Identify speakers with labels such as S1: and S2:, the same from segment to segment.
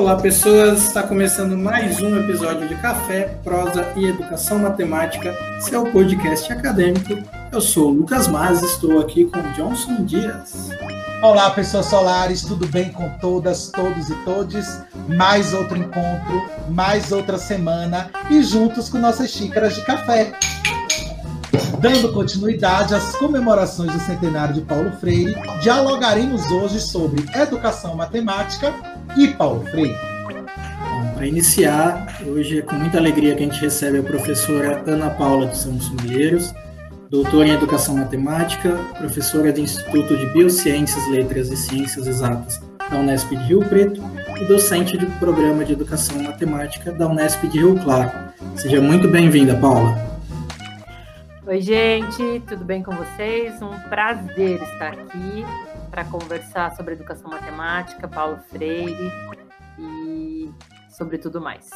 S1: Olá, pessoas! Está começando mais um episódio de Café, Prosa e Educação Matemática, seu podcast acadêmico. Eu sou o Lucas Mas, estou aqui com Johnson Dias.
S2: Olá, pessoas solares, tudo bem com todas, todos e todes? Mais outro encontro, mais outra semana e juntos com nossas xícaras de café. Dando continuidade às comemorações do centenário de Paulo Freire, dialogaremos hoje sobre educação matemática e Paulo Freire.
S1: Para iniciar, hoje é com muita alegria que a gente recebe a professora Ana Paula dos Santos Mulheros, doutora em Educação Matemática, professora do Instituto de Biociências, Letras e Ciências Exatas da Unesp de Rio Preto e docente do Programa de Educação Matemática da Unesp de Rio Claro. Seja muito bem-vinda, Paula.
S3: Oi, gente, tudo bem com vocês? Um prazer estar aqui para conversar sobre educação matemática, Paulo Freire e sobre tudo mais.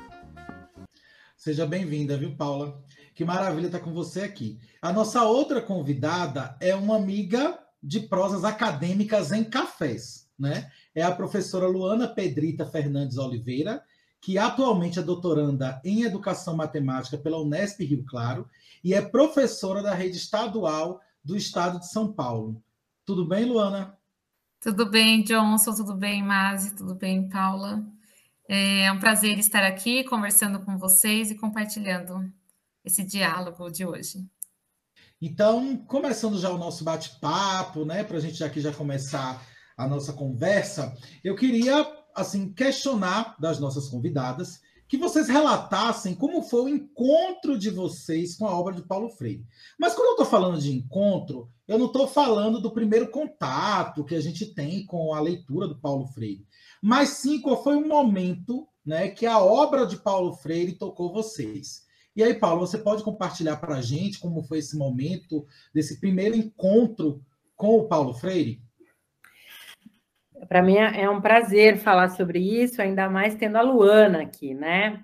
S2: Seja bem-vinda, viu, Paula? Que maravilha estar com você aqui. A nossa outra convidada é uma amiga de prosas acadêmicas em cafés, né? É a professora Luana Pedrita Fernandes Oliveira, que atualmente é doutoranda em Educação Matemática pela Unesp Rio Claro e é professora da rede estadual do Estado de São Paulo. Tudo bem, Luana?
S4: Tudo bem, Johnson, tudo bem, Masi, tudo bem, Paula? É um prazer estar aqui conversando com vocês e compartilhando esse diálogo de hoje.
S2: Então, começando já o nosso bate-papo, né, para a gente já começar a nossa conversa, eu queria questionar das nossas convidadas que vocês relatassem como foi o encontro de vocês com a obra de Paulo Freire. Mas quando eu estou falando de encontro, eu não estou falando do primeiro contato que a gente tem com a leitura do Paulo Freire, mas sim qual foi o momento, né, que a obra de Paulo Freire tocou vocês. E aí, Paulo, você pode compartilhar para a gente como foi esse momento, desse primeiro encontro com o Paulo Freire?
S3: Para mim é um prazer falar sobre isso, ainda mais tendo a Luana aqui, né?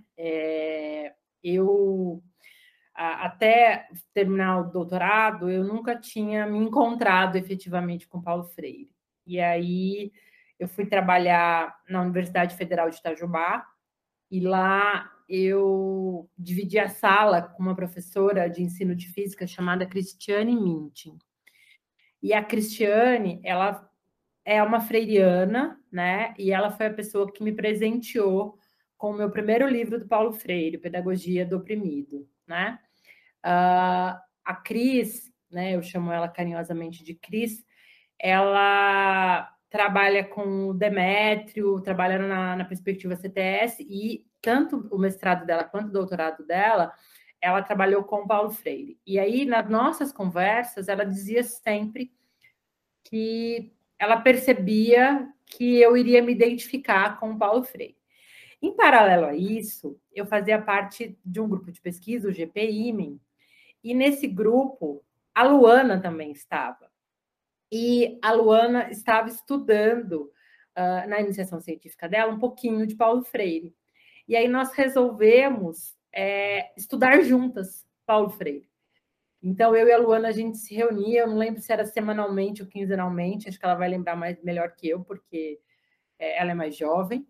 S3: Até terminar o doutorado, eu nunca tinha me encontrado efetivamente com Paulo Freire. E aí eu fui trabalhar na Universidade Federal de Itajubá, e lá eu dividi a sala com uma professora de ensino de física chamada Cristiane Mintin. E a Cristiane, ela é uma freiriana, né? E ela foi a pessoa que me presenteou com o meu primeiro livro do Paulo Freire, Pedagogia do Oprimido, né? A Cris, né? Eu chamo ela carinhosamente de Cris, ela trabalha com o Demétrio, trabalha na perspectiva CTS, e tanto o mestrado dela quanto o doutorado dela, ela trabalhou com o Paulo Freire. E aí, nas nossas conversas, ela dizia sempre que ela percebia que eu iria me identificar com o Paulo Freire. Em paralelo a isso, eu fazia parte de um grupo de pesquisa, o GPIMEN, e nesse grupo a Luana também estava. E a Luana estava estudando, na iniciação científica dela, um pouquinho de Paulo Freire. E aí nós resolvemos estudar juntas Paulo Freire. Então, eu e a Luana, a gente se reunia, eu não lembro se era semanalmente ou quinzenalmente, acho que ela vai lembrar melhor que eu, porque ela é mais jovem,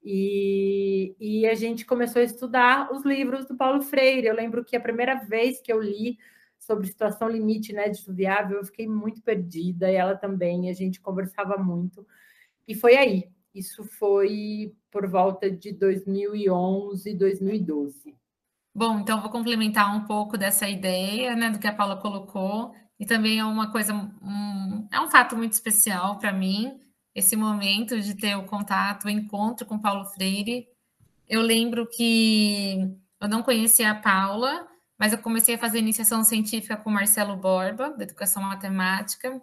S3: e a gente começou a estudar os livros do Paulo Freire. Eu lembro que a primeira vez que eu li sobre situação limite, né, de viável, eu fiquei muito perdida, e ela também, a gente conversava muito, e foi aí. Isso foi por volta de 2011, 2012.
S4: Bom, então vou complementar um pouco dessa ideia, né, do que a Paula colocou, e também é uma coisa, é um fato muito especial para mim, esse momento de ter o contato, o encontro com Paulo Freire. Eu lembro que eu não conhecia a Paula, mas eu comecei a fazer iniciação científica com Marcelo Borba, da Educação Matemática,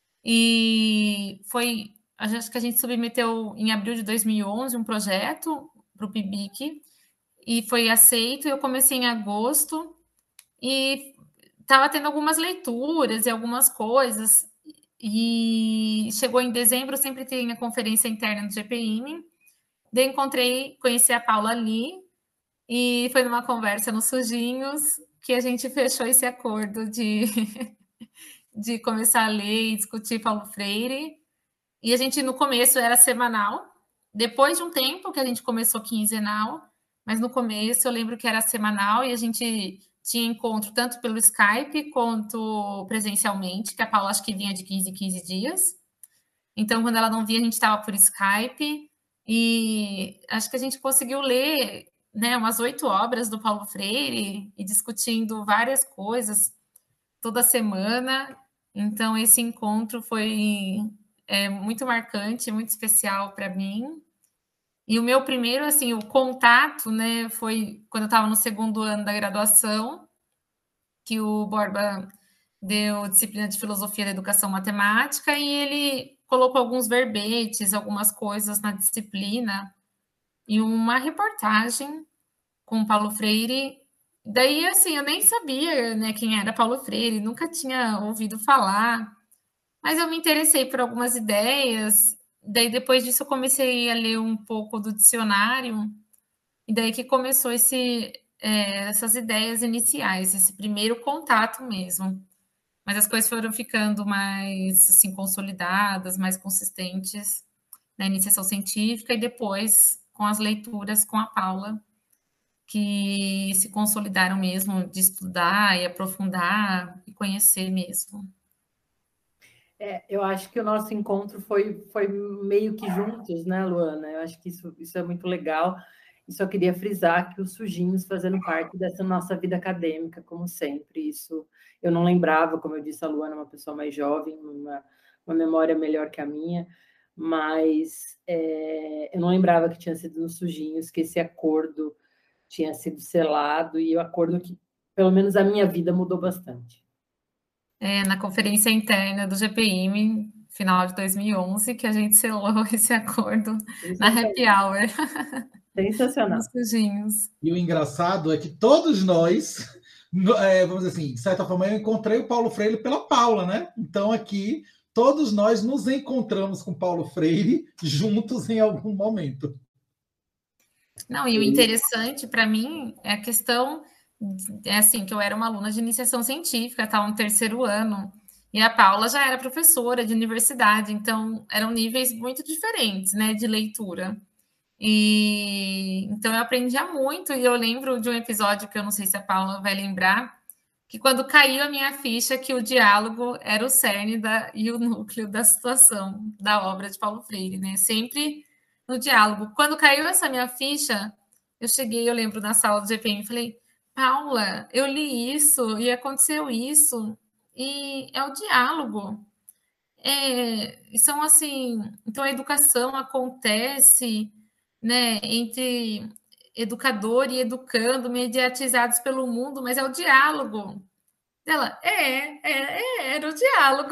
S4: e acho que a gente submeteu em abril de 2011 um projeto para o PIBIC, e foi aceito. Eu comecei em agosto e estava tendo algumas leituras e algumas coisas, e chegou em dezembro, sempre tem a conferência interna do GPIMEN, daí conheci a Paula ali, e foi numa conversa nos Sujinhos que a gente fechou esse acordo de começar a ler e discutir Paulo Freire, e a gente no começo era semanal, depois de um tempo que a gente começou quinzenal, mas no começo eu lembro que era semanal e a gente tinha encontro tanto pelo Skype quanto presencialmente, que a Paula acho que vinha de 15 em 15 dias. Então, quando ela não via, a gente estava por Skype e acho que a gente conseguiu ler, né, umas 8 obras do Paulo Freire e discutindo várias coisas toda semana. Então, esse encontro foi muito marcante, muito especial para mim. E o meu primeiro, assim, o contato, né, foi quando eu estava no segundo ano da graduação, que o Borba deu disciplina de filosofia da educação matemática e ele colocou alguns verbetes, algumas coisas na disciplina e uma reportagem com Paulo Freire. Daí, assim, eu nem sabia, né, quem era Paulo Freire, nunca tinha ouvido falar, mas eu me interessei por algumas ideias. Daí, depois disso, eu comecei a ler um pouco do dicionário, e daí que começou essas ideias iniciais, esse primeiro contato mesmo. Mas as coisas foram ficando mais assim, consolidadas, mais consistentes na iniciação científica e depois com as leituras com a Paula, que se consolidaram mesmo de estudar e aprofundar e conhecer mesmo.
S3: Eu acho que o nosso encontro foi meio que juntos, né, Luana? Eu acho que isso é muito legal. E só queria frisar que os sujinhos fazendo parte dessa nossa vida acadêmica, como sempre. Isso eu não lembrava, como eu disse, a Luana é uma pessoa mais jovem, uma memória melhor que a minha, mas eu não lembrava que tinha sido nos sujinhos, que esse acordo tinha sido selado, e o acordo que, pelo menos a minha vida, mudou bastante.
S4: Na conferência interna do GPIM, final de 2011, que a gente selou esse acordo na Happy Hour.
S3: Sensacional.
S2: E o engraçado é que todos nós, vamos dizer assim, de certa forma, eu encontrei o Paulo Freire pela Paula, né? Então, aqui, todos nós nos encontramos com Paulo Freire juntos em algum momento.
S4: Não, e o interessante para mim é a questão, assim, que eu era uma aluna de iniciação científica, estava no terceiro ano, e a Paula já era professora de universidade, então eram níveis muito diferentes, né, de leitura. E então eu aprendia muito, e eu lembro de um episódio que eu não sei se a Paula vai lembrar, que quando caiu a minha ficha que o diálogo era o cerne e o núcleo da situação da obra de Paulo Freire, né? Sempre no diálogo. Quando caiu essa minha ficha, eu lembro na sala do GPM e falei, Paula, eu li isso e aconteceu isso, e é o diálogo. São assim, então a educação acontece, né, entre educador e educando, mediatizados pelo mundo, mas é o diálogo. Ela, era o diálogo.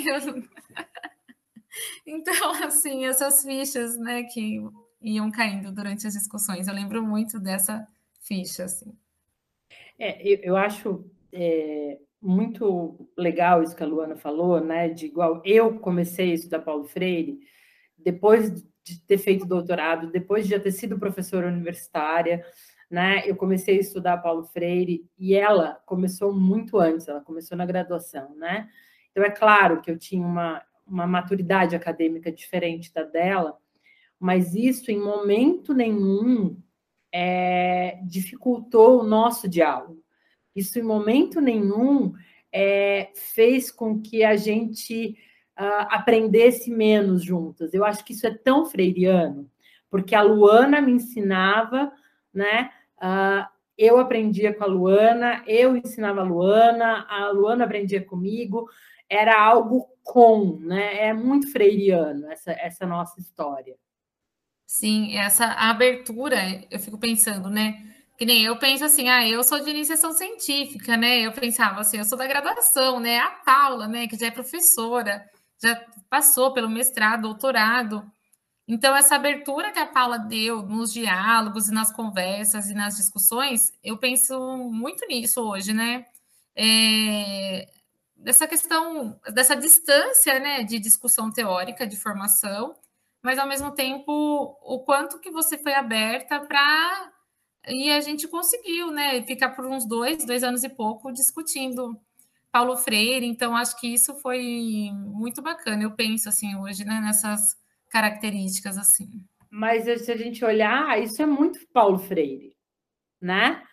S4: Então, assim, essas fichas, né, que iam caindo durante as discussões. Eu lembro muito dessa ficha, assim.
S3: Eu acho muito legal isso que a Luana falou, né? De igual eu comecei a estudar Paulo Freire depois de ter feito doutorado, depois de já ter sido professora universitária, né? Eu comecei a estudar Paulo Freire e ela começou muito antes, ela começou na graduação, né? Então é claro que eu tinha uma maturidade acadêmica diferente da dela, mas isso em momento nenhum dificultou o nosso diálogo. Isso, em momento nenhum, fez com que a gente aprendesse menos juntas. Eu acho que isso é tão freiriano, porque a Luana me ensinava, né? Eu aprendia com a Luana, eu ensinava a Luana aprendia comigo, era algo né? É muito freiriano essa nossa história.
S4: Sim, essa abertura, eu fico pensando, né? Que nem eu penso assim, eu sou de iniciação científica, né? Eu pensava assim, eu sou da graduação, né? A Paula, né, que já é professora, já passou pelo mestrado, doutorado. Então, essa abertura que a Paula deu nos diálogos e nas conversas e nas discussões, eu penso muito nisso hoje, né? Dessa questão, dessa distância, né, de discussão teórica, de formação, mas, ao mesmo tempo, o quanto que você foi aberta para... E a gente conseguiu, né, ficar por uns 2 anos e pouco discutindo Paulo Freire, então acho que isso foi muito bacana, eu penso assim hoje, né, nessas características assim.
S3: mas se a gente olhar, isso é muito Paulo Freire, né?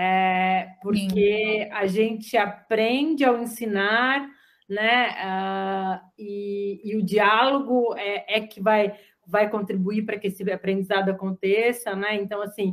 S3: Porque a gente aprende ao ensinar, né? E o diálogo é que vai contribuir para que esse aprendizado aconteça, né? Então, assim,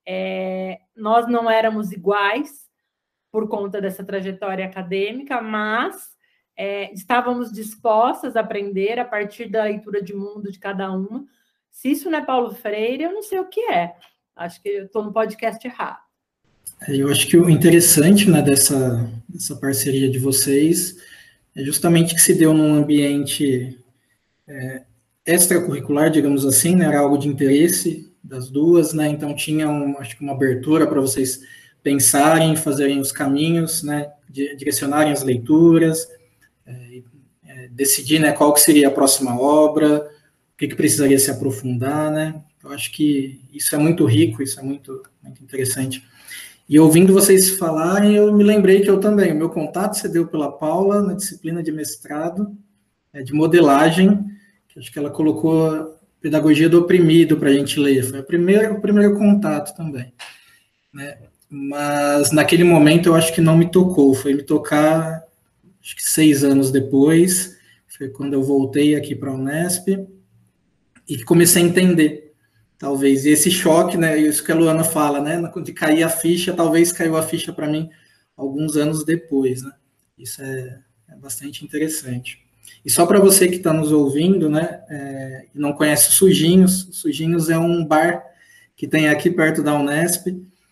S3: nós não éramos iguais por conta dessa trajetória acadêmica, mas estávamos dispostas a aprender a partir da leitura de mundo de cada uma. Se isso não é Paulo Freire, eu não sei o que é. Acho que eu estou no podcast errado.
S1: Eu acho que o interessante, né, dessa parceria de vocês é justamente que se deu num ambiente extracurricular, digamos assim, né, era algo de interesse das duas, né, então tinha acho que uma abertura para vocês pensarem, fazerem os caminhos, né, direcionarem as leituras, decidir, né, qual que seria a próxima obra, o que precisaria se aprofundar, né. Eu acho que isso é muito rico, isso é muito, muito interessante. E ouvindo vocês falarem, eu me lembrei que eu também, o meu contato se deu pela Paula na disciplina de mestrado, de modelagem, que acho que ela colocou Pedagogia do Oprimido para a gente ler, foi o primeiro contato também, né? Mas naquele momento eu acho que não me tocou, foi me tocar, acho que 6 anos depois, foi quando eu voltei aqui para a Unesp e comecei a entender, talvez, e esse choque, né, isso que a Luana fala, né, de cair a ficha, talvez caiu a ficha para mim alguns anos depois, né, isso é bastante interessante. E só para você que está nos ouvindo, né, e não conhece o Sujinhos é um bar que tem aqui perto da Unesp,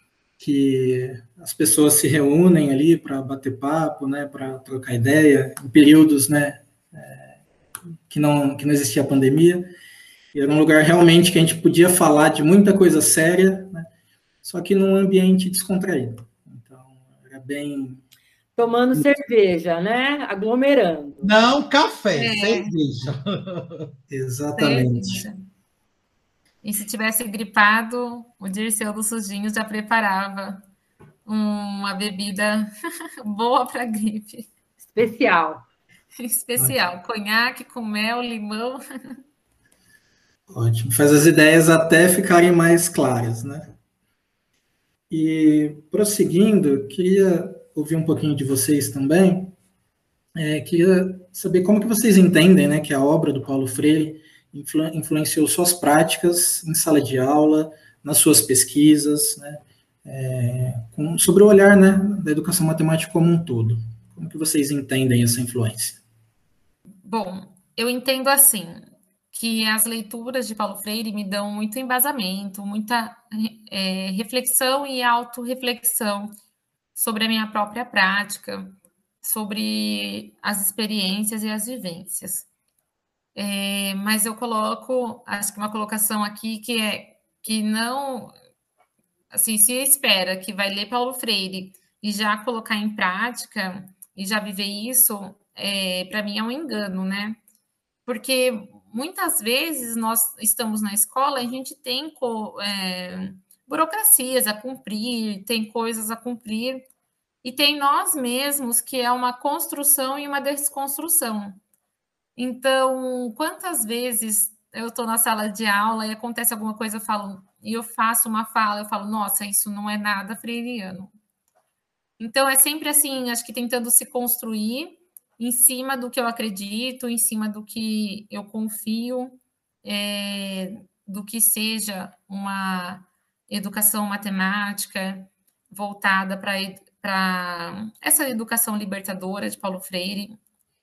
S1: que as pessoas se reúnem ali para bater papo, né, para trocar ideia, em períodos, né, que não existia pandemia, e era um lugar realmente que a gente podia falar de muita coisa séria, né, só que num ambiente descontraído. Então, era bem...
S3: Tomando cerveja, né? Aglomerando.
S2: Não, café, cerveja.
S1: Exatamente.
S4: Cerveja. E se tivesse gripado, o Dirceu dos Sujinhos já preparava uma bebida boa para gripe.
S3: Especial.
S4: Especial. Conhaque com mel, limão.
S1: Ótimo. Faz as ideias até ficarem mais claras, né? E, prosseguindo, queria ouvir um pouquinho de vocês também. Queria saber como que vocês entendem, né, que a obra do Paulo Freire influenciou suas práticas em sala de aula, nas suas pesquisas, né, sobre o olhar, né, da educação matemática como um todo. Como que vocês entendem essa influência?
S4: Bom, eu entendo assim, que as leituras de Paulo Freire me dão muito embasamento, muita reflexão e autorreflexão sobre a minha própria prática, sobre as experiências e as vivências. Mas eu coloco, acho que uma colocação aqui que não, assim, se espera que vai ler Paulo Freire e já colocar em prática e já viver isso, para mim é um engano, né? Porque muitas vezes nós estamos na escola e a gente tem burocracias a cumprir, tem coisas a cumprir, e tem nós mesmos que é uma construção e uma desconstrução. Então, quantas vezes eu estou na sala de aula e acontece alguma coisa, eu faço uma fala, eu falo, nossa, isso não é nada freiriano. Então, é sempre assim, acho que tentando se construir em cima do que eu acredito, em cima do que eu confio, do que seja uma educação matemática voltada para essa educação libertadora de Paulo Freire,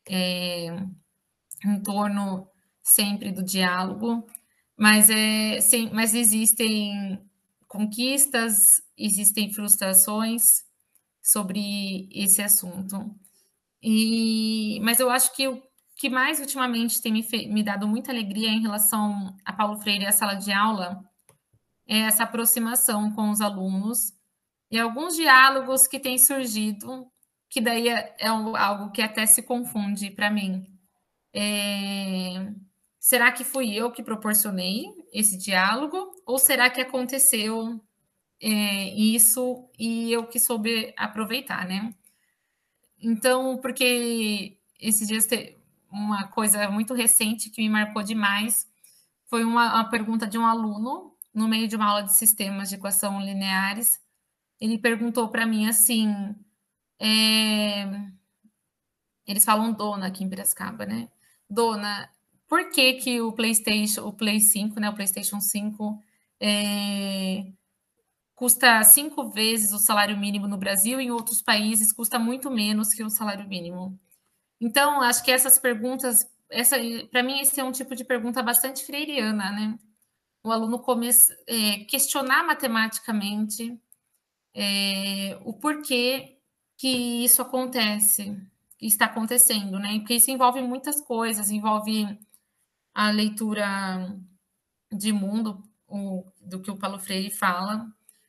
S4: em torno sempre do diálogo, mas existem conquistas, existem frustrações sobre esse assunto. Mas eu acho que o que mais ultimamente tem me dado muita alegria em relação a Paulo Freire e a sala de aula é essa aproximação com os alunos e alguns diálogos que têm surgido, que daí é algo que até se confunde para mim. Será que fui eu que proporcionei esse diálogo? Ou será que aconteceu isso e eu que soube aproveitar, né? Então, porque esses dias uma coisa muito recente que me marcou demais foi uma pergunta de um aluno, no meio de uma aula de sistemas de equação lineares. Ele perguntou para mim assim, eles falam dona aqui em Piracicaba, né? Dona, por que que o Play 5, né, o PlayStation 5, custa 5 vezes o salário mínimo no Brasil e em outros países custa muito menos que o salário mínimo? Então, acho que essas perguntas, para mim, esse é um tipo de pergunta bastante freiriana, né? O aluno questionar matematicamente o porquê que isso acontece, que está acontecendo, né? Porque isso envolve muitas coisas, envolve a leitura de mundo, do que o Paulo Freire fala.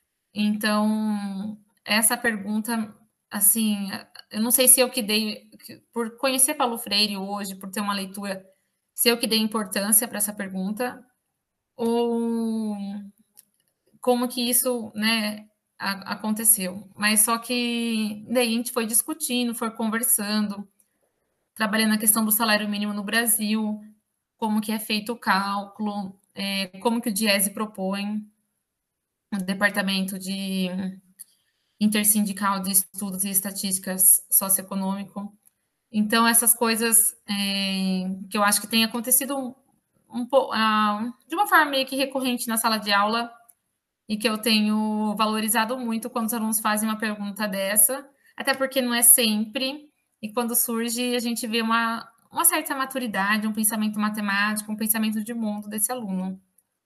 S4: Então, essa pergunta, assim, eu não sei se eu que dei, por conhecer Paulo Freire hoje, por ter uma leitura, se eu que dei importância para essa pergunta, ou como que isso, né, aconteceu. Mas só que daí a gente foi discutindo, foi conversando, trabalhando a questão do salário mínimo no Brasil, como que é feito o cálculo, como que o DIESE propõe, o Departamento de Intersindical de Estudos e Estatísticas Socioeconômico. Então, essas coisas que eu acho que tem acontecido de uma forma meio que recorrente na sala de aula, e que eu tenho valorizado muito quando os alunos fazem uma pergunta dessa, até porque não é sempre, e quando surge a gente vê uma certa maturidade, um pensamento matemático, um pensamento de mundo desse aluno.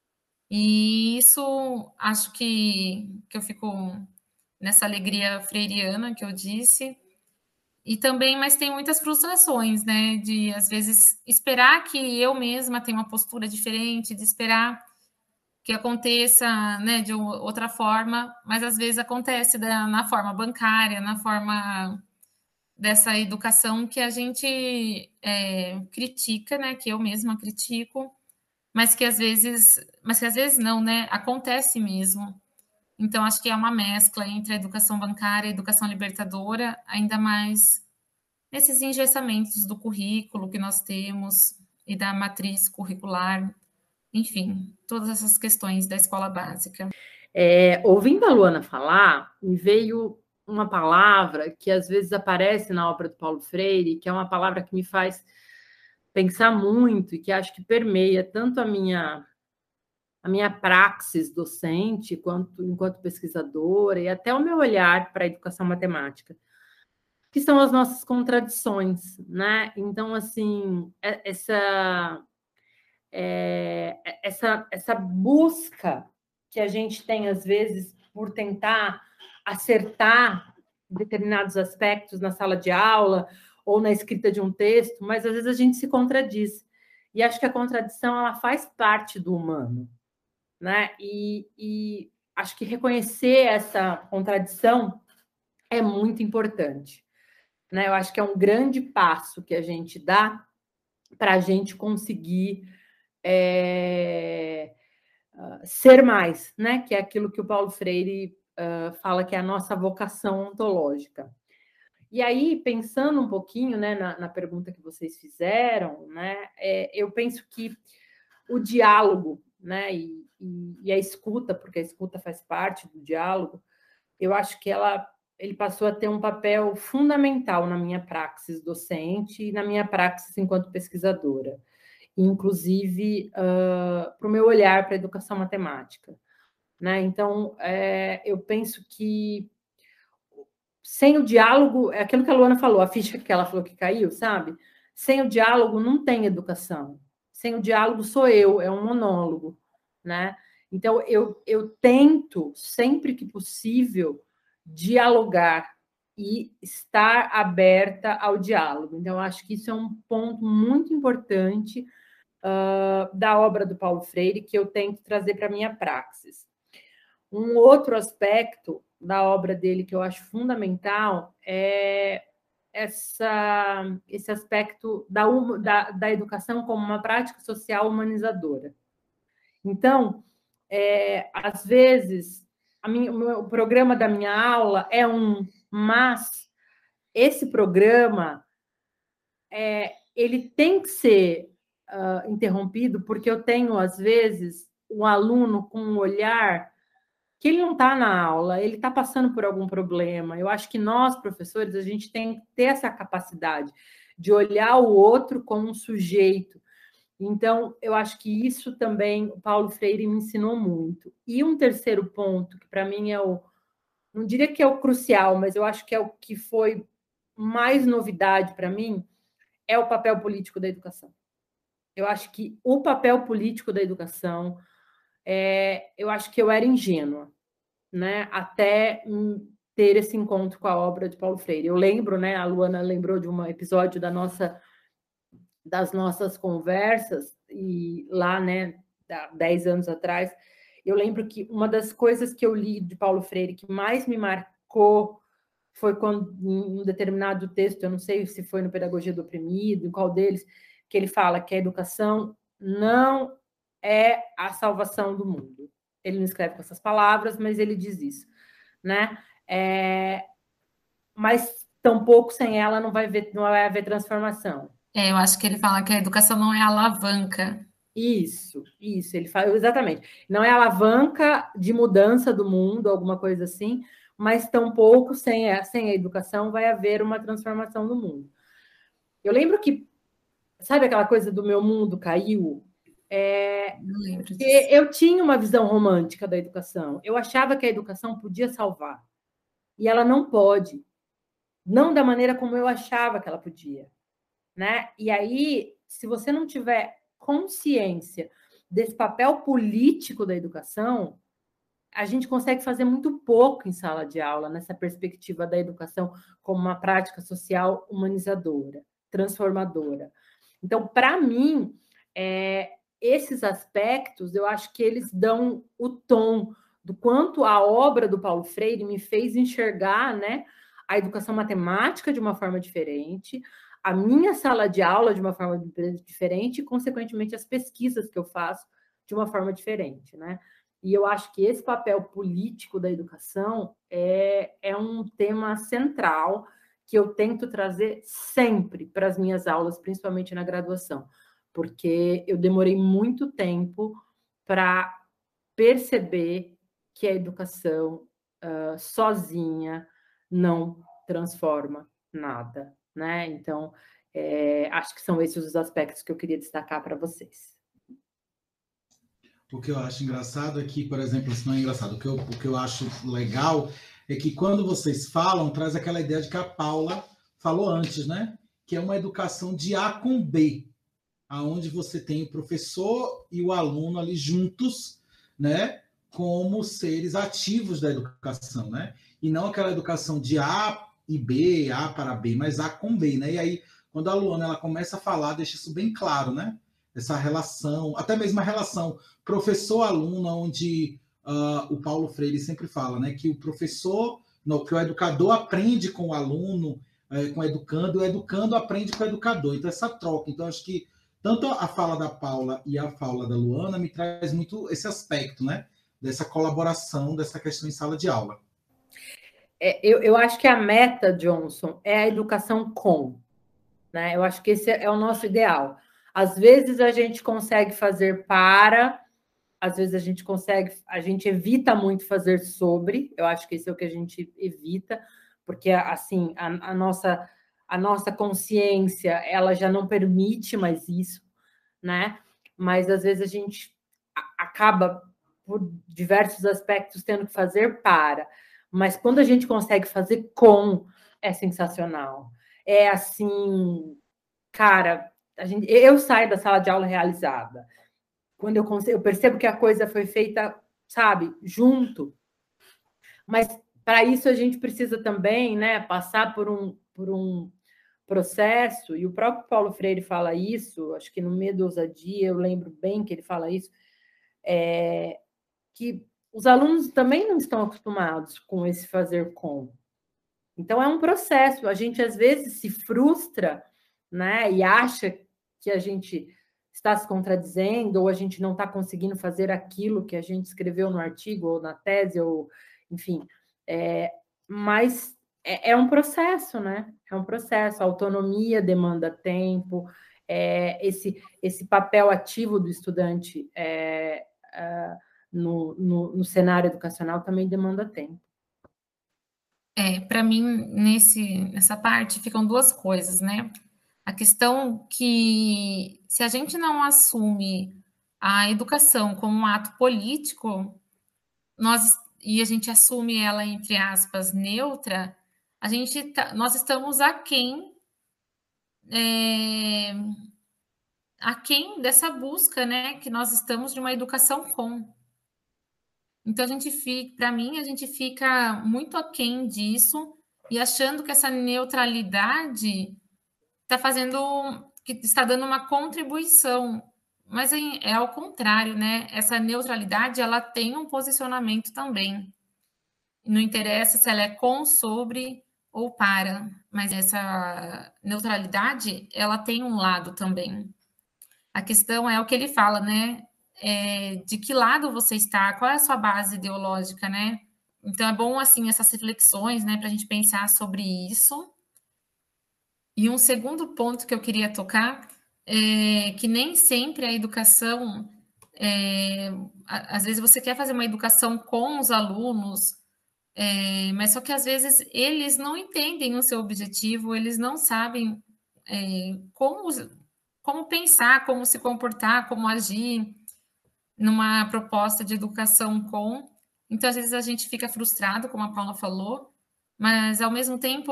S4: E isso, acho que eu fico nessa alegria freiriana que eu disse, e também, mas tem muitas frustrações, né, de às vezes esperar que eu mesma tenha uma postura diferente, de esperar que aconteça, né, de outra forma, mas às vezes acontece na forma bancária, na forma dessa educação que a gente critica, né, que eu mesma critico, mas que às vezes não, né, acontece mesmo. Então, acho que é uma mescla entre a educação bancária e a educação libertadora, ainda mais nesses engessamentos do currículo que nós temos e da matriz curricular, enfim, todas essas questões da escola básica.
S3: Ouvindo a Luana falar, me veio uma palavra que às vezes aparece na obra do Paulo Freire, que é uma palavra que me faz pensar muito e que acho que permeia tanto a minha praxis docente, enquanto pesquisadora, e até o meu olhar para a educação matemática, que são as nossas contradições, né? Então, assim, essa busca que a gente tem, às vezes, por tentar acertar determinados aspectos na sala de aula ou na escrita de um texto, mas, às vezes, a gente se contradiz. E acho que a contradição ela faz parte do humano, né? E acho que reconhecer essa contradição é muito importante, né? Eu acho que é um grande passo que a gente dá para a gente conseguir ser mais, né? Que é aquilo que o Paulo Freire fala que é a nossa vocação ontológica. E aí, pensando um pouquinho, né, na pergunta que vocês fizeram, né, eu penso que o diálogo, né, e a escuta, porque a escuta faz parte do diálogo, eu acho que ele passou a ter um papel fundamental na minha praxis docente e na minha praxis enquanto pesquisadora, inclusive para o meu olhar para a educação matemática, né? Então, eu penso que sem o diálogo, é aquilo que a Luana falou, a ficha que ela falou que caiu, sabe? Sem o diálogo não tem educação. Sem o diálogo sou eu, é um monólogo, né? Então, eu tento, sempre que possível, dialogar e estar aberta ao diálogo. Então, acho que isso é um ponto muito importante da obra do Paulo Freire que eu tento trazer para a minha praxis. Um outro aspecto da obra dele que eu acho fundamental é esse aspecto da educação como uma prática social humanizadora. Então, às vezes, o programa da minha aula é mas esse programa ele tem que ser interrompido, porque eu tenho, às vezes, um aluno com um olhar que ele não está na aula, ele está passando por algum problema. Eu acho que nós, professores, a gente tem que ter essa capacidade de olhar o outro como um sujeito. Então, eu acho que isso também o Paulo Freire me ensinou muito. E um terceiro ponto, que para mim não diria que é o crucial, mas eu acho que é o que foi mais novidade para mim, é o papel político da educação. Eu acho que o papel político da educação, eu acho que eu era ingênua, né, até ter esse encontro com a obra de Paulo Freire. Eu lembro, né, a Luana lembrou de um episódio das nossas conversas, e lá, né, há 10 anos atrás, eu lembro que uma das coisas que eu li de Paulo Freire que mais me marcou foi quando, em um determinado texto, eu não sei se foi no Pedagogia do Oprimido, em qual deles, que ele fala que a educação não é a salvação do mundo. Ele não escreve com essas palavras, mas ele diz isso, né? Mas tampouco sem ela não vai haver transformação.
S4: Eu acho que ele fala que a educação não é alavanca.
S3: Isso, ele fala exatamente. Não é alavanca de mudança do mundo, alguma coisa assim, mas tampouco sem a educação vai haver uma transformação do mundo. Eu lembro que, sabe aquela coisa do meu mundo caiu?
S4: Não lembro disso.
S3: Eu tinha uma visão romântica da educação. Eu achava que a educação podia salvar. E ela não pode. Não da maneira como eu achava que ela podia, né? E aí, se você não tiver consciência desse papel político da educação, a gente consegue fazer muito pouco em sala de aula, nessa perspectiva da educação como uma prática social humanizadora, transformadora. Então, para mim, esses aspectos, eu acho que eles dão o tom do quanto a obra do Paulo Freire me fez enxergar, né, a educação matemática de uma forma diferente, a minha sala de aula de uma forma diferente e, consequentemente, as pesquisas que eu faço de uma forma diferente, né? E eu acho que esse papel político da educação é um tema central que eu tento trazer sempre para as minhas aulas, principalmente na graduação, porque eu demorei muito tempo para perceber que a educação sozinha não transforma nada, né? Então, acho que são esses os aspectos que eu queria destacar para vocês.
S2: O que eu acho engraçado é que, por exemplo, isso não é engraçado, o que eu acho legal é que quando vocês falam, traz aquela ideia de que a Paula falou antes, né? Que é uma educação de A com B, aonde você tem o professor e o aluno ali juntos, né? Como seres ativos da educação, né? E não aquela educação de A e B, A para B, mas A com B, né? E aí, quando a Luana ela começa a falar, deixa isso bem claro, né? Essa relação, até mesmo a relação professor-aluno, onde o Paulo Freire sempre fala, né? Que o professor, não, que o educador aprende com o aluno, com o educando aprende com o educador. Então, essa troca. Então, acho que tanto a fala da Paula e a fala da Luana me traz muito esse aspecto, né? Dessa colaboração, dessa questão em sala de aula.
S3: Eu acho que a meta, Johnson, é a educação com, né? Eu acho que esse é o nosso ideal. Às vezes a gente consegue fazer às vezes a gente evita muito fazer sobre, eu acho que esse é o que a gente evita, porque assim, a nossa consciência, ela já não permite mais isso, né? Mas às vezes a gente acaba, por diversos aspectos, tendo que fazer mas quando a gente consegue fazer com, é sensacional. É assim, cara, eu saio da sala de aula realizada. Quando eu percebo que a coisa foi feita, sabe, junto. Mas para isso a gente precisa também, né, passar por um processo, e o próprio Paulo Freire fala isso, acho que no Medo da Ousadia, eu lembro bem que ele fala isso, que os alunos também não estão acostumados com esse fazer com. Então, é um processo. A gente, às vezes, se frustra, né, e acha que a gente está se contradizendo, ou a gente não está conseguindo fazer aquilo que a gente escreveu no artigo, ou na tese, ou, enfim. Mas é um processo, né? É um processo. A autonomia demanda tempo, esse papel ativo do estudante no cenário educacional também demanda tempo.
S4: Para mim, nessa parte, ficam duas coisas, né? A questão que, se a gente não assume a educação como um ato político, e a gente assume ela, entre aspas, neutra, nós estamos aquém dessa busca, né? Que nós estamos de uma educação com. Então, para mim, a gente fica muito aquém disso e achando que essa neutralidade está dando uma contribuição, mas é ao contrário, né? Essa neutralidade, ela tem um posicionamento também. Não interessa se ela é com, sobre ou para, mas essa neutralidade, ela tem um lado também. A questão é o que ele fala, né? De que lado você está, qual é a sua base ideológica, né? Então, é bom, assim, essas reflexões, né, para a gente pensar sobre isso. E um segundo ponto que eu queria tocar é que nem sempre a educação... às vezes você quer fazer uma educação com os alunos, mas só que, às vezes, eles não entendem o seu objetivo, eles não sabem como pensar, como se comportar, como agir numa proposta de educação com. Então, às vezes, a gente fica frustrado, como a Paula falou, mas, ao mesmo tempo,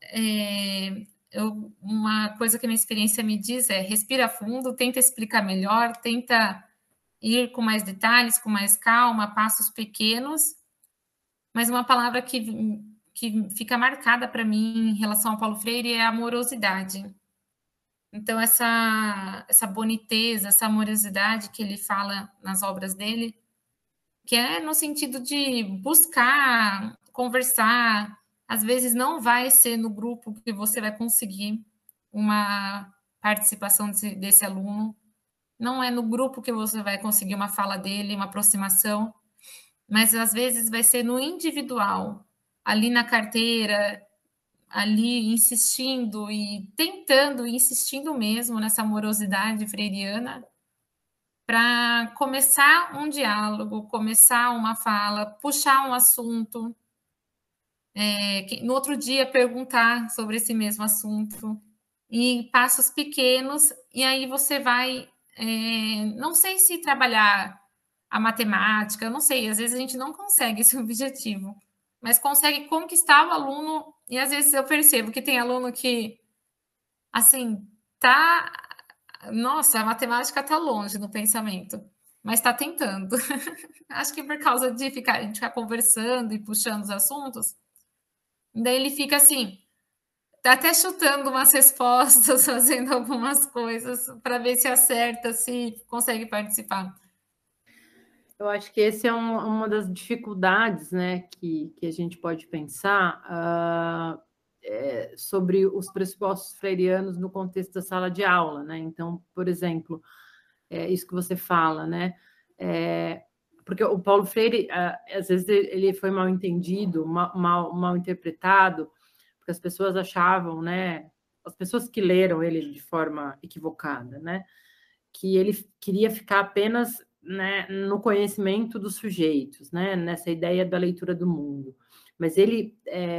S4: uma coisa que a minha experiência me diz é: respira fundo, tenta explicar melhor, tenta ir com mais detalhes, com mais calma, passos pequenos. Mas uma palavra que fica marcada para mim em relação ao Paulo Freire é a amorosidade. Então, essa boniteza, essa amorosidade que ele fala nas obras dele, que é no sentido de buscar, conversar. Às vezes não vai ser no grupo que você vai conseguir uma participação desse aluno, não é no grupo que você vai conseguir uma fala dele, uma aproximação, mas às vezes vai ser no individual, ali na carteira, ali insistindo e tentando, insistindo mesmo nessa amorosidade freiriana, para começar um diálogo, começar uma fala, puxar um assunto, no outro dia perguntar sobre esse mesmo assunto, em passos pequenos, e aí você vai, não sei se trabalhar a matemática, não sei, às vezes a gente não consegue esse objetivo, mas consegue conquistar o aluno, e às vezes eu percebo que tem aluno que, assim, nossa, a matemática está longe no pensamento, mas está tentando. Acho que por causa de a gente ficar conversando e puxando os assuntos, daí ele fica assim, tá até chutando umas respostas, fazendo algumas coisas para ver se acerta, se consegue participar.
S3: Eu acho que esse é uma das dificuldades, né, que a gente pode pensar sobre os pressupostos freirianos no contexto da sala de aula, né? Então, por exemplo, isso que você fala, né? Porque o Paulo Freire, às vezes, ele foi mal entendido, mal interpretado, porque as pessoas achavam, né? As pessoas que leram ele de forma equivocada, né? Que ele queria ficar apenas, né, no conhecimento dos sujeitos, né? Nessa ideia da leitura do mundo. Mas ele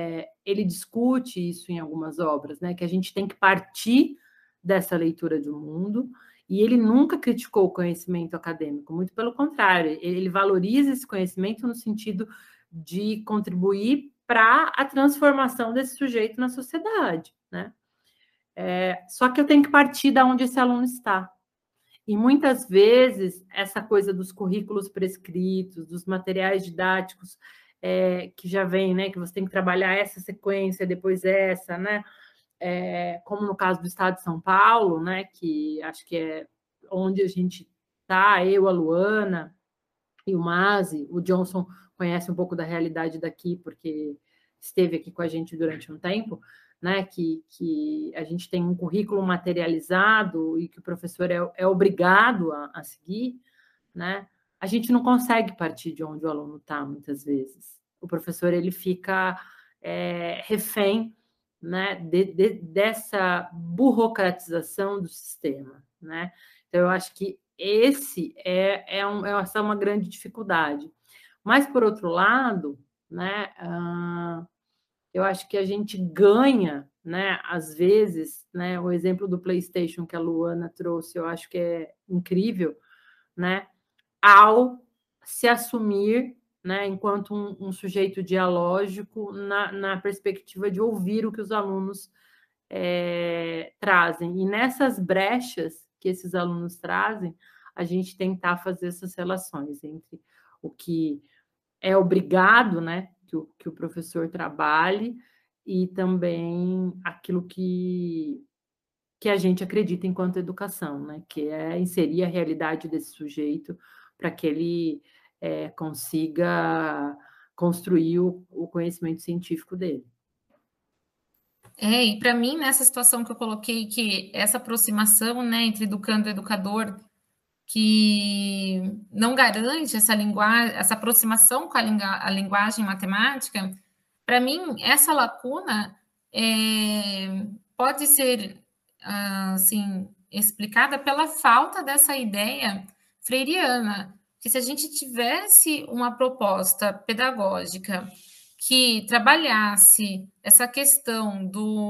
S3: discute isso em algumas obras, né? Que a gente tem que partir dessa leitura do mundo, e ele nunca criticou o conhecimento acadêmico, muito pelo contrário, ele valoriza esse conhecimento no sentido de contribuir para a transformação desse sujeito na sociedade, né? Só que eu tenho que partir da onde esse aluno está. E muitas vezes essa coisa dos currículos prescritos, dos materiais didáticos que já vem, né? Que você tem que trabalhar essa sequência, depois essa, né? Como no caso do Estado de São Paulo, né? Que acho que é onde a gente está, eu, a Luana e o Mazi. O Johnson conhece um pouco da realidade daqui, porque esteve aqui com a gente durante um tempo, né, que a gente tem um currículo materializado e que o professor é obrigado a seguir, né? A gente não consegue partir de onde o aluno está, muitas vezes. O professor ele fica refém né, dessa burocratização do sistema, né? Então, eu acho que essa é uma grande dificuldade. Mas, por outro lado, né, eu acho que a gente ganha, né, às vezes, né, o exemplo do PlayStation que a Luana trouxe, eu acho que é incrível, né, ao se assumir, né, enquanto um sujeito dialógico na perspectiva de ouvir o que os alunos trazem. E nessas brechas que esses alunos trazem, a gente tentar fazer essas relações entre o que é obrigado, né, que o professor trabalhe, e também aquilo que a gente acredita enquanto educação, né, que é inserir a realidade desse sujeito para que ele consiga construir o conhecimento científico dele.
S4: E para mim, nessa situação que eu coloquei, que essa aproximação, né, entre educando e educador, que não garante essa aproximação com a linguagem matemática, para mim, essa lacuna pode ser assim, explicada pela falta dessa ideia freiriana, que se a gente tivesse uma proposta pedagógica que trabalhasse essa questão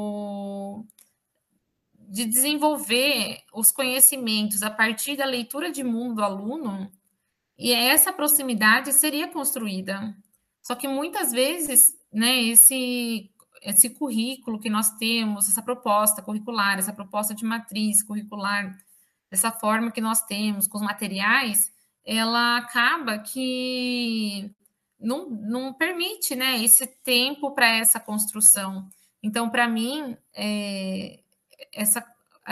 S4: de desenvolver os conhecimentos a partir da leitura de mundo do aluno, e essa proximidade seria construída. Só que muitas vezes, né, esse currículo que nós temos, essa proposta curricular, essa proposta de matriz curricular, dessa forma que nós temos, com os materiais, ela acaba que não permite, né, esse tempo para essa construção. Então, para mim, essa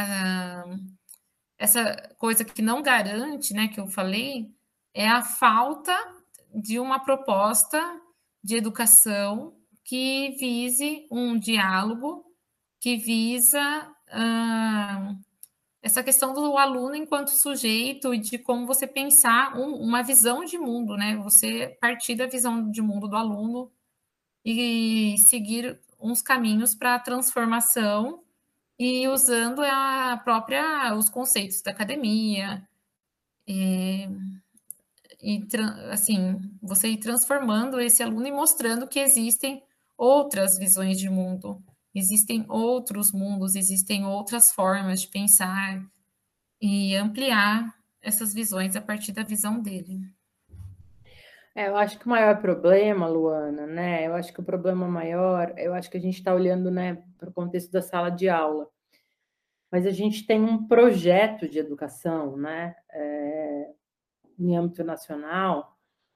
S4: coisa que não garante, né, que eu falei, é a falta de uma proposta de educação que vise um diálogo, que visa essa questão do aluno enquanto sujeito e de como você pensar uma visão de mundo, né? Você partir da visão de mundo do aluno e seguir uns caminhos para a transformação e usando os conceitos da academia, assim, você ir transformando esse aluno e mostrando que existem outras visões de mundo, existem outros mundos, existem outras formas de pensar e ampliar essas visões a partir da visão dele.
S3: Eu acho que o maior problema, Luana, né? Eu acho que o problema maior, eu acho que a gente está olhando, né, para o contexto da sala de aula. Mas a gente tem um projeto de educação, né, em âmbito nacional,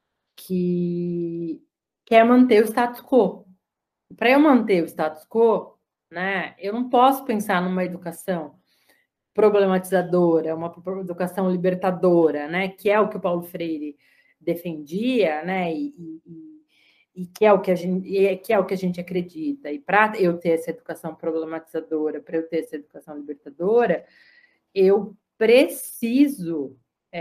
S3: que quer manter o status quo. Para eu manter o status quo, né, eu não posso pensar numa educação problematizadora, uma educação libertadora, né, que é o que o Paulo Freire defendia, né, e que é o que a gente acredita. E para eu ter essa educação problematizadora, para eu ter essa educação libertadora, eu preciso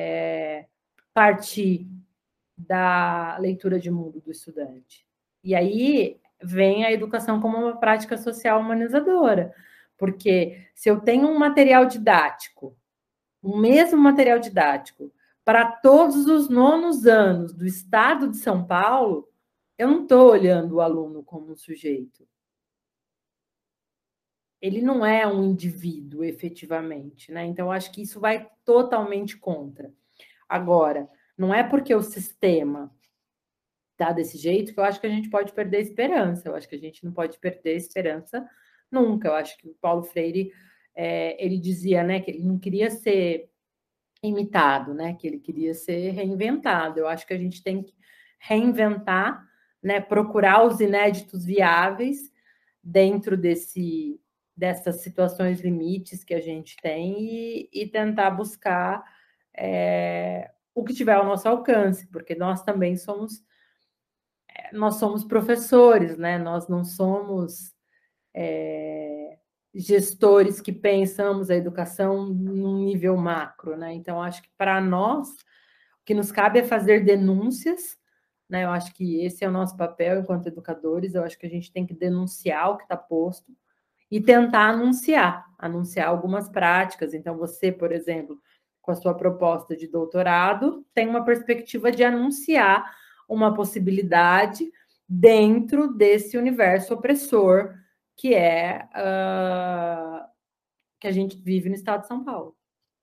S3: partir da leitura de mundo do estudante. E aí vem a educação como uma prática social humanizadora, porque se eu tenho um material didático, o mesmo material didático, para todos os 9º anos do estado de São Paulo, eu não estou olhando o aluno como um sujeito. Ele não é um indivíduo, efetivamente, né? Então, acho que isso vai totalmente contra. Agora, não é porque o sistema está desse jeito que eu acho que a gente pode perder a esperança. Eu acho que a gente não pode perder a esperança nunca. Eu acho que o Paulo Freire, ele dizia, né, que ele não queria ser imitado, né, que ele queria ser reinventado. Eu acho que a gente tem que reinventar, né, procurar os inéditos viáveis dentro dessas situações limites que a gente tem e tentar buscar o que tiver ao nosso alcance, porque nós também somos professores, né? Nós não somos gestores que pensamos a educação num nível macro, né? Então, acho que para nós, o que nos cabe é fazer denúncias, né? Eu acho que esse é o nosso papel enquanto educadores, eu acho que a gente tem que denunciar o que está posto, e tentar anunciar algumas práticas. Então, você, por exemplo, com a sua proposta de doutorado, tem uma perspectiva de anunciar uma possibilidade dentro desse universo opressor que é que a gente vive no estado de São Paulo.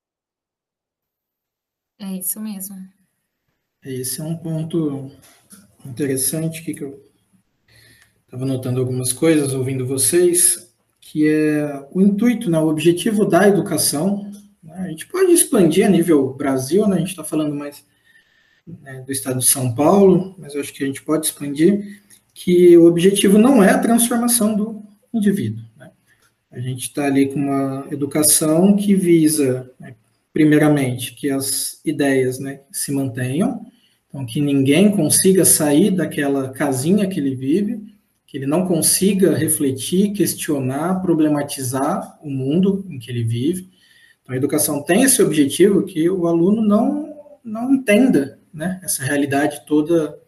S4: É isso mesmo.
S1: Esse é um ponto interessante que eu estava notando algumas coisas, ouvindo vocês, que é o intuito, né, o objetivo da educação. Né, a gente pode expandir a nível Brasil, né, a gente está falando mais, né, do estado de São Paulo, mas eu acho que a gente pode expandir, que o objetivo não é a transformação do indivíduo. Né? A gente está ali com uma educação que visa, né, primeiramente, que as ideias, né, se mantenham, então que ninguém consiga sair daquela casinha que ele vive, que ele não consiga refletir, questionar, problematizar o mundo em que ele vive. Então, a educação tem esse objetivo, que o aluno não entenda, né, essa realidade toda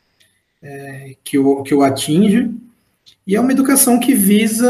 S1: que o atinge, e é uma educação que visa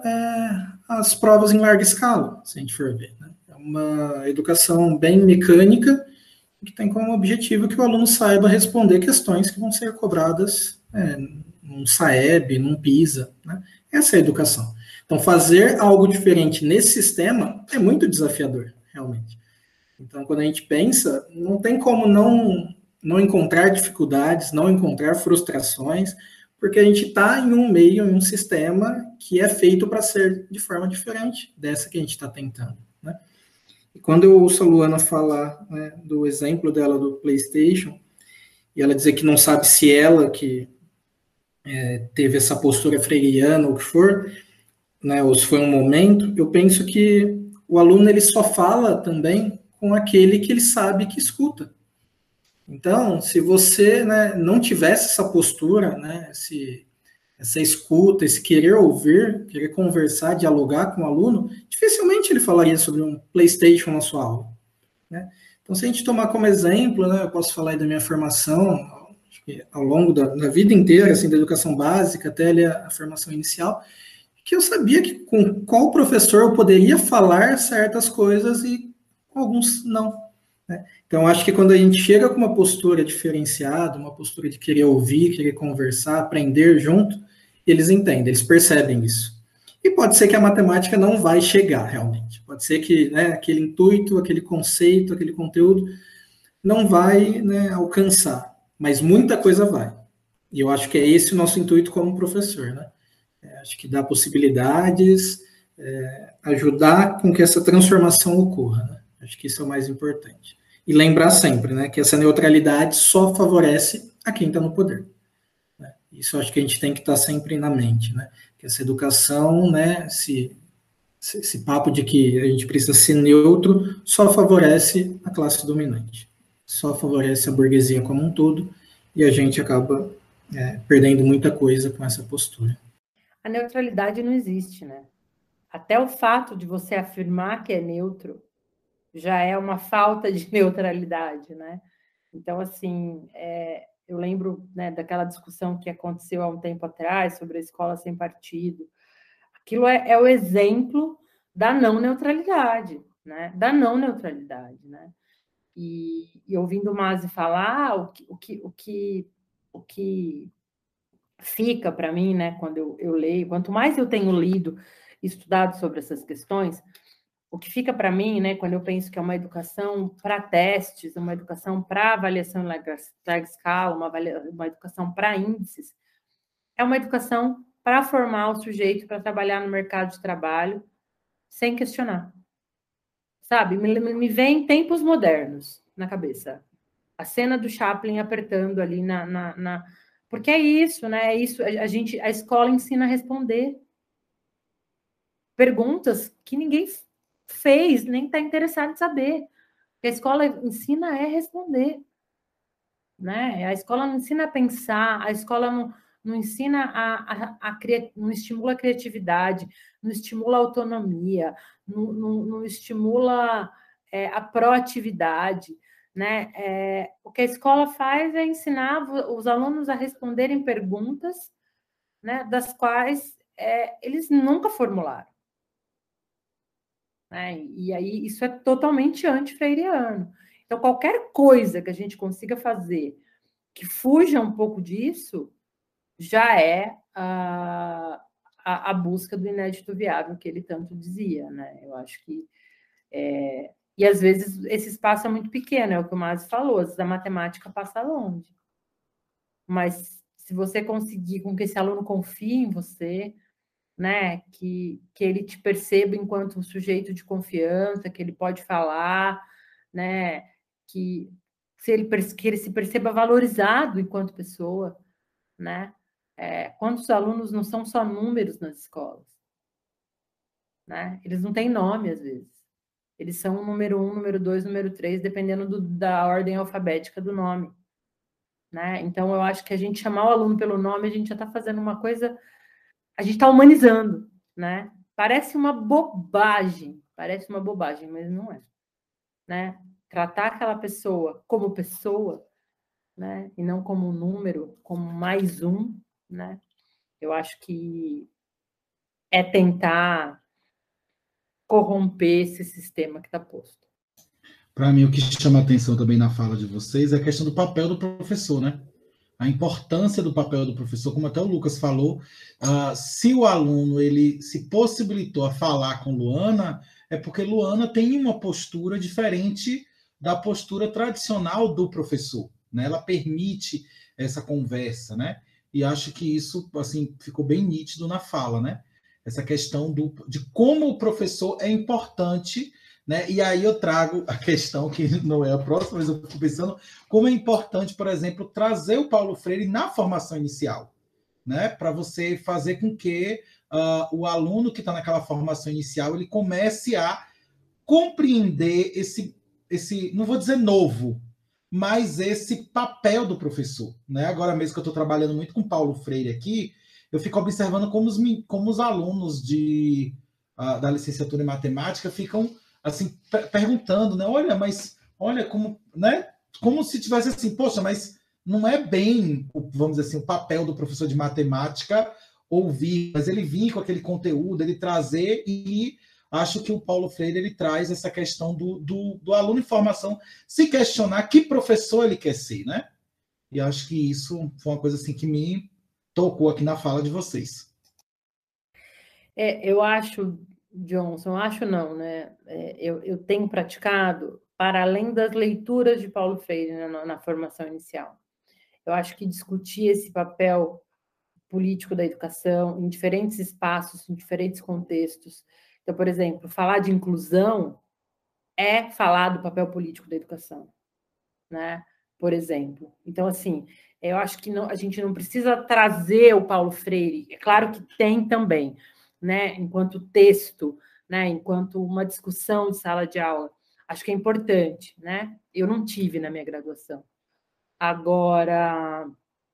S1: as provas em larga escala, se a gente for ver. Né? É uma educação bem mecânica, que tem como objetivo que o aluno saiba responder questões que vão ser cobradas num SAEB, num PISA. Né? Essa é a educação. Então, fazer algo diferente nesse sistema é muito desafiador, realmente. Então, quando a gente pensa, não tem como não encontrar dificuldades, não encontrar frustrações, porque a gente está em um meio, em um sistema que é feito para ser de forma diferente dessa que a gente está tentando. Né? E quando eu ouço a Luana falar, né, do exemplo dela do PlayStation, e ela dizer que não sabe se ela que teve essa postura freiriana ou o que for, né, ou se foi um momento, eu penso que o aluno ele só fala também com aquele que ele sabe que escuta. Então, se você, né, não tivesse essa postura, né, essa escuta, esse querer ouvir, querer conversar, dialogar com o aluno, dificilmente ele falaria sobre um PlayStation na sua aula. Né? Então, se a gente tomar como exemplo, né, eu posso falar aí da minha formação, acho que ao longo da vida inteira, assim, da educação básica até ali a formação inicial, que eu sabia que com qual professor eu poderia falar certas coisas e com alguns não. Né? Então, acho que quando a gente chega com uma postura diferenciada, uma postura de querer ouvir, querer conversar, aprender junto, eles entendem, eles percebem isso. E pode ser que a matemática não vai chegar, realmente. Pode ser que, né, aquele intuito, aquele conceito, aquele conteúdo não vai, né, alcançar, mas muita coisa vai. E eu acho que é esse o nosso intuito como professor, né? Acho que dá possibilidades, ajudar com que essa transformação ocorra, né? Acho que isso é o mais importante. E lembrar sempre, né, que essa neutralidade só favorece a quem está no poder. Né? Isso acho que a gente tem que estar sempre na mente, né? Que essa educação, né, esse papo de que a gente precisa ser neutro, só favorece a classe dominante. Só favorece a burguesia como um todo, e a gente acaba perdendo muita coisa com essa postura.
S3: A neutralidade não existe, né? Até o fato de você afirmar que é neutro já é uma falta de neutralidade, né? Então, assim, eu lembro, né, daquela discussão que aconteceu há um tempo atrás sobre a escola sem partido. Aquilo é o exemplo da não neutralidade, né? Da não neutralidade, né? E ouvindo o Masi falar, o que fica para mim, né, quando eu leio, quanto mais eu tenho lido, estudado sobre essas questões, o que fica para mim, né, quando eu penso que é uma educação para testes, uma educação para avaliação em larga escala, uma educação para índices, é uma educação para formar o sujeito para trabalhar no mercado de trabalho sem questionar. Sabe, me vem tempos modernos na cabeça. A cena do Chaplin apertando ali porque é isso, né? É isso. A escola ensina a responder perguntas que ninguém fez, nem está interessado em saber. O que a escola ensina a responder, né? A escola não ensina a pensar, a escola não ensina não estimula a criatividade, não estimula a autonomia, não estimula a proatividade. Né? O que a escola faz é ensinar os alunos a responderem perguntas, né, das quais eles nunca formularam. Né? E aí isso é totalmente anti-freiriano. Então, qualquer coisa que a gente consiga fazer que fuja um pouco disso, já é a busca do inédito viável que ele tanto dizia, né? Eu acho que... E, às vezes, esse espaço é muito pequeno, é o que o Masi falou, às vezes a matemática passa longe. Mas, se você conseguir com que esse aluno confie em você, né, que ele te perceba enquanto um sujeito de confiança, que ele pode falar, né, que ele se perceba valorizado enquanto pessoa, né? Quantos alunos não são só números nas escolas? Né? Eles não têm nome, às vezes. Eles são o número 1, número 2, número 3, dependendo da ordem alfabética do nome. Né? Então, eu acho que a gente chamar o aluno pelo nome, a gente já está fazendo uma coisa... A gente está humanizando, né? Parece uma bobagem, mas não é. Né? Tratar aquela pessoa como pessoa, né? E não como um número, como mais um, né? Eu acho que é tentar corromper esse sistema que está posto.
S2: Para mim, o que chama atenção também na fala de vocês é a questão do papel do professor, né? A importância do papel do professor, como até o Lucas falou, se o aluno ele se possibilitou a falar com Luana, é porque Luana tem uma postura diferente da postura tradicional do professor, né? Ela permite essa conversa, né? E acho que isso assim ficou bem nítido na fala, né? Essa questão de como o professor é importante, né? E aí eu trago a questão que não é a próxima, mas eu fico pensando como é importante, por exemplo, trazer o Paulo Freire na formação inicial, né? Para você fazer com que o aluno que está naquela formação inicial ele comece a compreender esse, não vou dizer novo, mas esse papel do professor, né? Agora mesmo que eu estou trabalhando muito com Paulo Freire aqui, eu fico observando como os alunos da licenciatura em matemática ficam assim perguntando, né? Olha como, né? Como se tivesse assim, poxa, mas não é bem, vamos dizer assim, o papel do professor de matemática ouvir, mas ele vir com aquele conteúdo, ele trazer, e acho que o Paulo Freire ele traz essa questão do aluno em formação se questionar que professor ele quer ser, né? E acho que isso foi uma coisa assim que me tocou aqui na fala de vocês.
S3: Eu acho, Johnson, acho não, né? Eu tenho praticado para além das leituras de Paulo Freire na formação inicial. Eu acho que discutir esse papel político da educação em diferentes espaços, em diferentes contextos. Então, por exemplo, falar de inclusão é falar do papel político da educação, né? Por exemplo. Então, assim, eu acho que a gente não precisa trazer o Paulo Freire, é claro que tem também, né? Enquanto texto, né? Enquanto uma discussão de sala de aula. Acho que é importante, né? Eu não tive na minha graduação. Agora,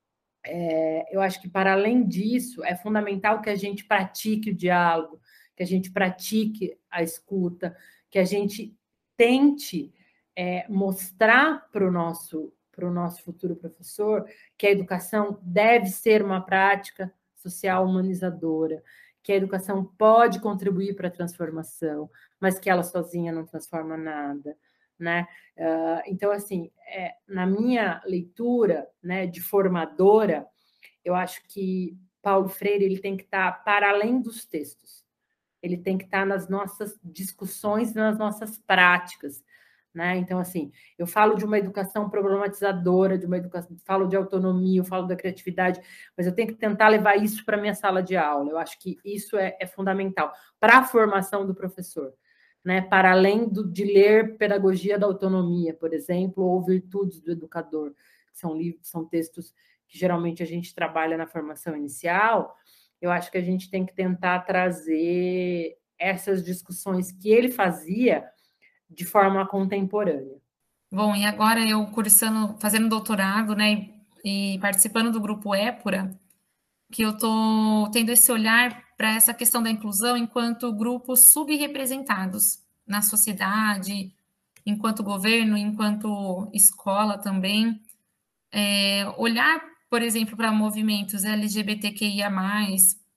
S3: eu acho que, para além disso, é fundamental que a gente pratique o diálogo, que a gente pratique a escuta, que a gente tente mostrar para o nosso futuro professor que a educação deve ser uma prática social humanizadora, que a educação pode contribuir para a transformação, mas que ela sozinha não transforma nada, né? Então, assim, na minha leitura, né, de formadora, eu acho que Paulo Freire ele tem que estar para além dos textos, ele tem que estar nas nossas discussões, nas nossas práticas, né? Então, assim, eu falo de uma educação problematizadora, falo de autonomia, eu falo da criatividade, mas eu tenho que tentar levar isso para a minha sala de aula. Eu acho que isso é fundamental para a formação do professor. Né, para além de ler Pedagogia da Autonomia, por exemplo, ou Virtudes do Educador, que são livros, são textos que geralmente a gente trabalha na formação inicial, eu acho que a gente tem que tentar trazer essas discussões que ele fazia de forma contemporânea.
S4: Bom, e agora eu fazendo doutorado, né, e participando do grupo Épora, que eu estou tendo esse olhar para essa questão da inclusão enquanto grupos subrepresentados na sociedade, enquanto governo, enquanto escola também. Olhar, por exemplo, para movimentos LGBTQIA+,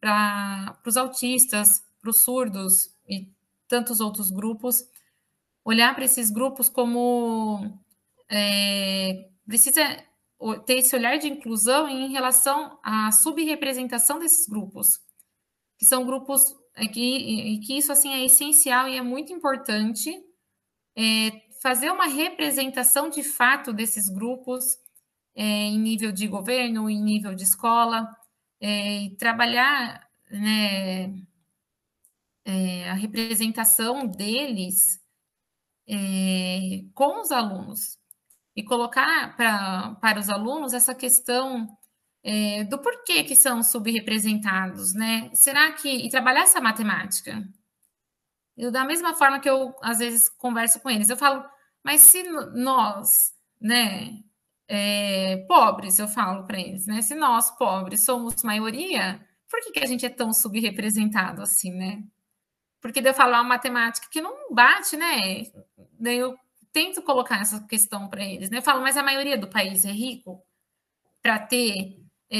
S4: para os autistas, para os surdos e tantos outros grupos, olhar para esses grupos como precisa ter esse olhar de inclusão em relação à subrepresentação desses grupos, que são grupos que isso assim é essencial e é muito importante, fazer uma representação de fato desses grupos em nível de governo, em nível de escola, e trabalhar, né, a representação deles com os alunos e colocar para os alunos essa questão do porquê que são subrepresentados, né? Será que... E trabalhar essa matemática. Eu, da mesma forma que eu, às vezes, converso com eles, eu falo, mas se nós, né, pobres, eu falo para eles, né? Se nós, pobres, somos maioria, por que a gente é tão subrepresentado assim, né? Porque daí eu falo uma matemática que não bate, né? Daí eu tento colocar essa questão para eles, né? Eu falo, mas a maioria do país é rico para ter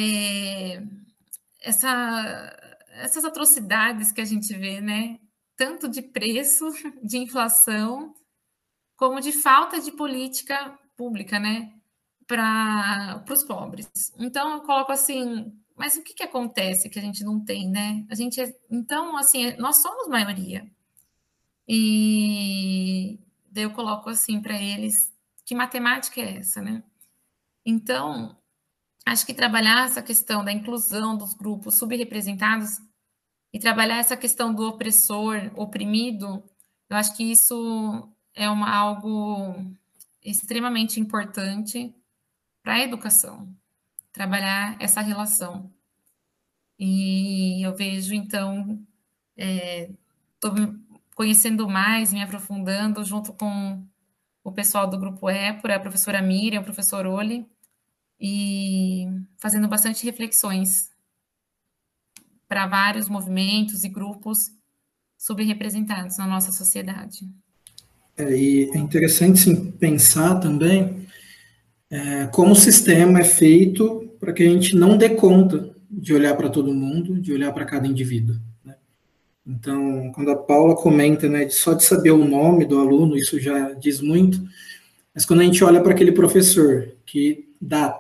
S4: essas atrocidades que a gente vê, né? Tanto de preço, de inflação, como de falta de política pública, né? Para os pobres. Então, eu coloco assim, mas o que acontece que a gente não tem, né? Então, assim, nós somos maioria. E daí eu coloco assim para eles, que matemática é essa, né? Então, acho que trabalhar essa questão da inclusão dos grupos subrepresentados e trabalhar essa questão do opressor, oprimido, eu acho que isso é algo extremamente importante para a educação, trabalhar essa relação. E eu vejo, então, estou conhecendo mais, me aprofundando junto com o pessoal do Grupo Épora, a professora Miriam, o professor Oli, e fazendo bastante reflexões para vários movimentos e grupos subrepresentados na nossa sociedade.
S1: E é interessante sim, pensar também como o sistema é feito para que a gente não dê conta de olhar para todo mundo, de olhar para cada indivíduo, né? Então, quando a Paula comenta, né, só de saber o nome do aluno, isso já diz muito, mas quando a gente olha para aquele professor que dá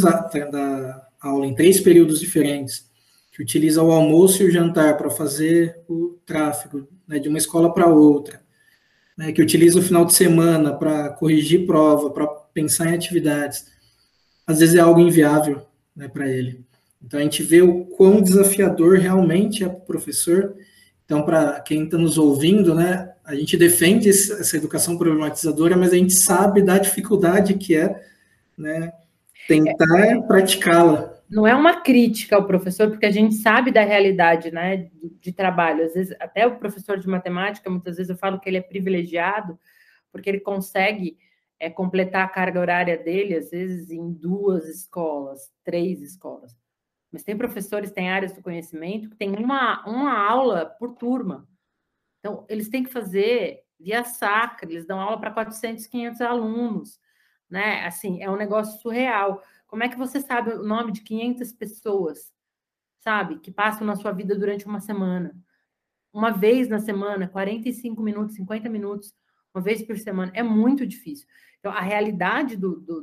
S1: aula em 3 períodos diferentes, que utiliza o almoço e o jantar para fazer o tráfego, né, de uma escola para outra, né, que utiliza o final de semana para corrigir prova, para pensar em atividades, às vezes é algo inviável, né, para ele. Então, a gente vê o quão desafiador realmente é para o professor. Então, para quem está nos ouvindo, né, a gente defende essa educação problematizadora, mas a gente sabe da dificuldade que é, né, tentar praticá-la.
S3: Não é uma crítica ao professor, porque a gente sabe da realidade, né, de trabalho. Às vezes, até o professor de matemática, muitas vezes eu falo que ele é privilegiado, porque ele consegue completar a carga horária dele, às vezes, em 2 escolas, 3 escolas. Mas tem professores, tem áreas do conhecimento que tem uma aula por turma. Então, eles têm que fazer via sacra, eles dão aula para 400, 500 alunos, né? Assim, é um negócio surreal. Como é que você sabe o nome de 500 pessoas, sabe? Que passam na sua vida durante uma semana. Uma vez na semana, 45 minutos, 50 minutos, uma vez por semana. É muito difícil. Então, a realidade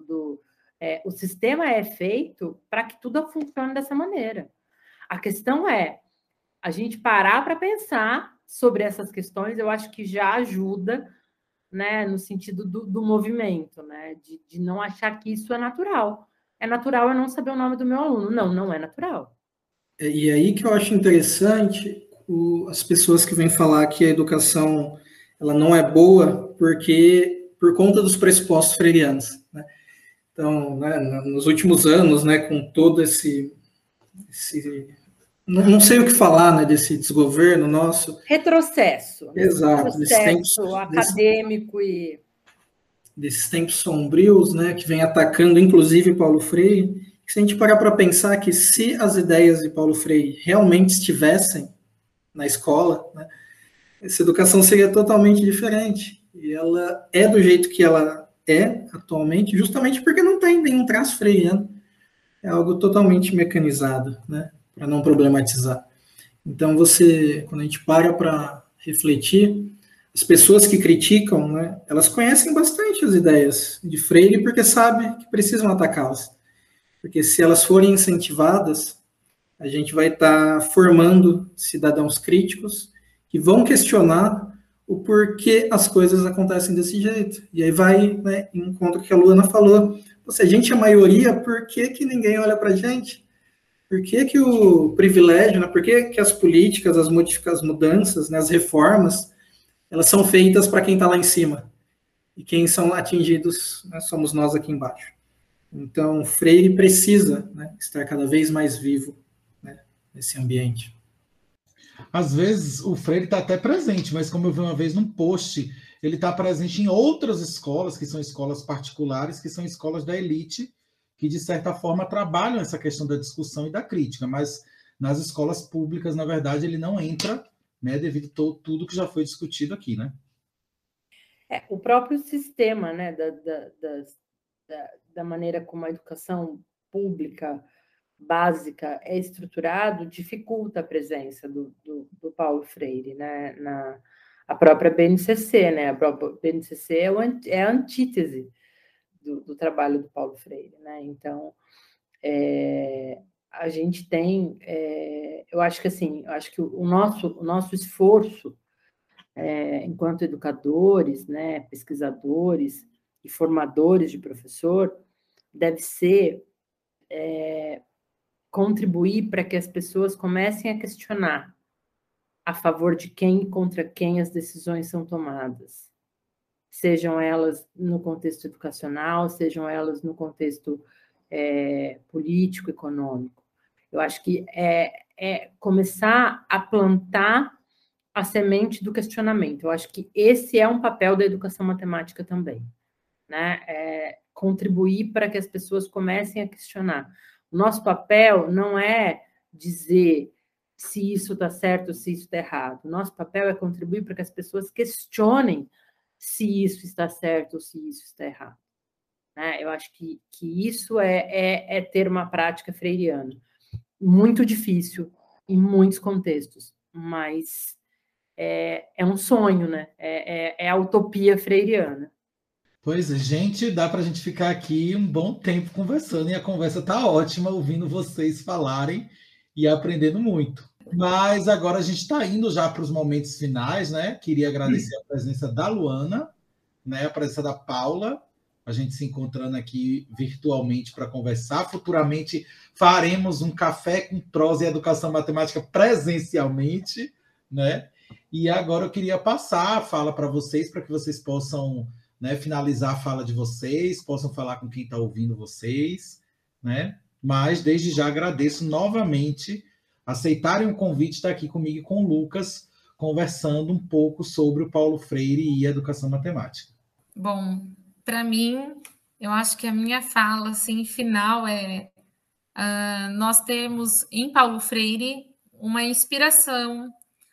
S3: o sistema é feito para que tudo funcione dessa maneira. A questão é a gente parar para pensar sobre essas questões. Eu acho que já ajuda, né, no sentido do movimento, né, de não achar que isso é natural. É natural eu não saber o nome do meu aluno. Não, não é natural.
S1: E aí que eu acho interessante as pessoas que vêm falar que a educação ela não é boa por conta dos pressupostos freirianos, né? Então, né, nos últimos anos, né, com todo esse não sei o que falar, né, desse desgoverno nosso.
S3: Retrocesso.
S1: Exato.
S3: Retrocesso acadêmico
S1: desses tempos sombrios, né, que vem atacando, inclusive, Paulo Freire. Se a gente parar para pensar que se as ideias de Paulo Freire realmente estivessem na escola, né, essa educação seria totalmente diferente. E ela é do jeito que ela é atualmente, justamente porque não tem nenhum traço freiriano. É algo totalmente mecanizado, né, para não problematizar. Então, quando a gente para refletir, as pessoas que criticam, né, elas conhecem bastante as ideias de Freire porque sabem que precisam atacá-las. Porque se elas forem incentivadas, a gente vai estar formando cidadãos críticos que vão questionar o porquê as coisas acontecem desse jeito. E aí vai, né, em encontro que a Luana falou. Se a gente é a maioria, por que ninguém olha para a gente? Por que o privilégio, né, por que as políticas, as mudanças, né, as reformas, elas são feitas para quem está lá em cima? E quem são atingidos, né, somos nós aqui embaixo. Então, Freire precisa, né, estar cada vez mais vivo, né, nesse ambiente.
S2: Às vezes o Freire está até presente, mas como eu vi uma vez num post, ele está presente em outras escolas, que são escolas particulares, que são escolas da elite, que de certa forma trabalham essa questão da discussão e da crítica, mas nas escolas públicas, na verdade, ele não entra, né, devido a tudo que já foi discutido aqui, né?
S3: O próprio sistema, né, da maneira como a educação pública básica é estruturado, dificulta a presença do Paulo Freire, né, a própria BNCC, né, a própria BNCC é a antítese do trabalho do Paulo Freire, né, então a gente tem, eu acho que o nosso esforço enquanto educadores, né, pesquisadores e formadores de professor, deve ser contribuir para que as pessoas comecem a questionar a favor de quem e contra quem as decisões são tomadas. Sejam elas no contexto educacional, sejam elas no contexto político, econômico. Eu acho que é começar a plantar a semente do questionamento. Eu acho que esse é um papel da educação matemática também, né? Contribuir para que as pessoas comecem a questionar. O nosso papel não é dizer se isso está certo ou se isso está errado. O nosso papel é contribuir para que as pessoas questionem se isso está certo ou se isso está errado. Né? Eu acho que isso é ter uma prática freiriana. Muito difícil em muitos contextos, mas é um sonho, né? É a utopia freiriana.
S2: Pois é, gente, dá para a gente ficar aqui um bom tempo conversando, e a conversa está ótima, ouvindo vocês falarem e aprendendo muito. Mas agora a gente está indo já para os momentos finais, né? Queria agradecer a presença da Luana, né? A presença da Paula, a gente se encontrando aqui virtualmente para conversar. Futuramente faremos um café com prosa e educação matemática presencialmente, né? E agora eu queria passar a fala para vocês, para que vocês possam, né, finalizar a fala de vocês, possam falar com quem está ouvindo vocês, né? Mas desde já agradeço novamente aceitarem o convite de estar aqui comigo e com o Lucas, conversando um pouco sobre o Paulo Freire e a educação matemática.
S4: Bom, para mim, eu acho que a minha fala assim, final nós temos em Paulo Freire uma inspiração,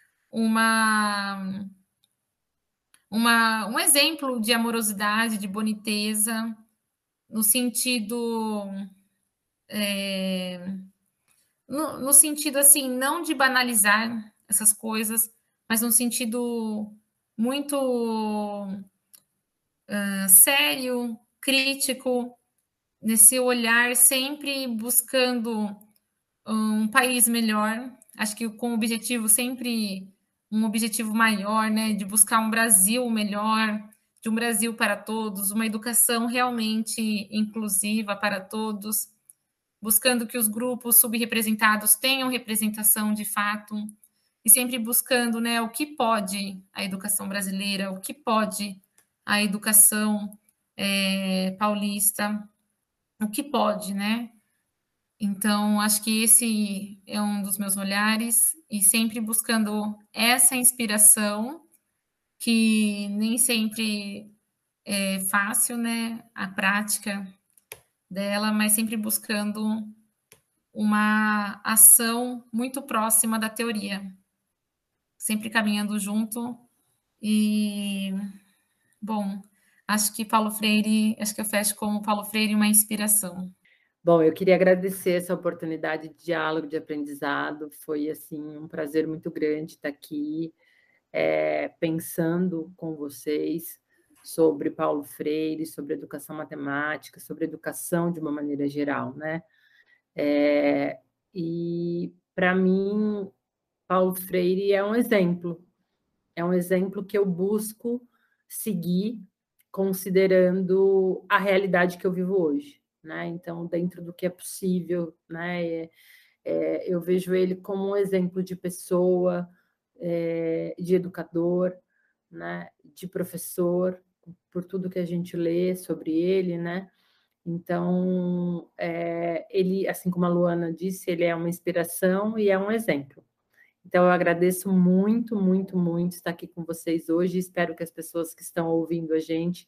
S4: um exemplo de amorosidade, de boniteza, no sentido no sentido assim, não de banalizar essas coisas, mas no sentido muito sério, crítico, nesse olhar sempre buscando um país melhor, acho que com o objetivo sempre um objetivo maior, né, de buscar um Brasil melhor, de um Brasil para todos, uma educação realmente inclusiva para todos, buscando que os grupos subrepresentados tenham representação de fato, e sempre buscando, né, o que pode a educação brasileira, o que pode a educação paulista, o que pode, né? Então, acho que esse é um dos meus olhares, e sempre buscando essa inspiração, que nem sempre é fácil, né, a prática dela, mas sempre buscando uma ação muito próxima da teoria, sempre caminhando junto. E, bom, acho que Paulo Freire, acho que eu fecho como Paulo Freire uma inspiração.
S3: Bom, eu queria agradecer essa oportunidade de diálogo, de aprendizado. Foi assim um prazer muito grande estar aqui, pensando com vocês sobre Paulo Freire, sobre educação matemática, sobre educação de uma maneira geral, né? E para mim, Paulo Freire é um exemplo que eu busco seguir, considerando a realidade que eu vivo hoje, né? Então, dentro do que é possível, né? Eu vejo ele como um exemplo de pessoa, de educador, né? De professor, por tudo que a gente lê sobre ele, né? Então, ele, assim como a Luana disse, ele é uma inspiração e é um exemplo. Então, eu agradeço muito, muito, muito estar aqui com vocês hoje. Espero que as pessoas que estão ouvindo a gente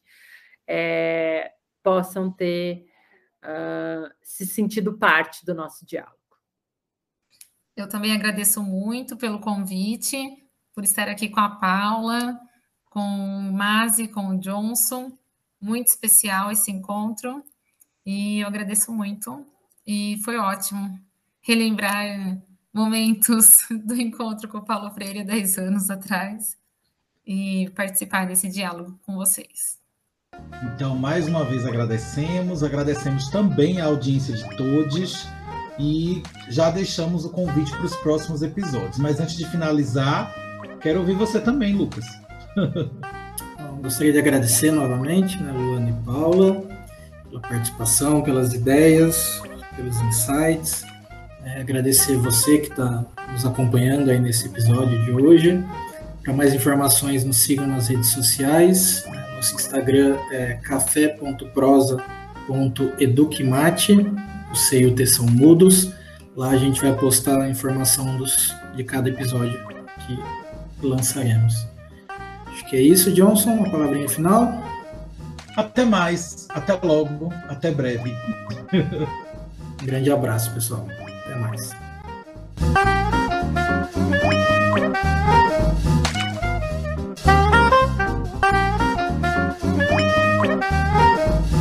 S3: possam ter se sentido parte do nosso diálogo.
S4: Eu também agradeço muito pelo convite, por estar aqui com a Paula, com o Masi, com o Johnson. Muito especial esse encontro. E eu agradeço muito. E foi ótimo relembrar momentos do encontro com o Paulo Freire 10 anos atrás e participar desse diálogo com vocês.
S2: Então, mais uma vez agradecemos também a audiência de todos e já deixamos o convite para os próximos episódios. Mas antes de finalizar, quero ouvir você também, Lucas.
S1: Gostaria de agradecer novamente, né, Luana e Paula, pela participação, pelas ideias, pelos insights. Agradecer você que está nos acompanhando aí nesse episódio de hoje. Para mais informações, nos sigam nas redes sociais. Nosso Instagram é café.prosa.educmate. O C e o T são mudos. Lá a gente vai postar a informação de cada episódio que lançaremos. Acho que é isso, Johnson. Uma palavrinha final.
S2: Até mais. Até logo. Até breve.
S1: Um grande abraço, pessoal. Até mais.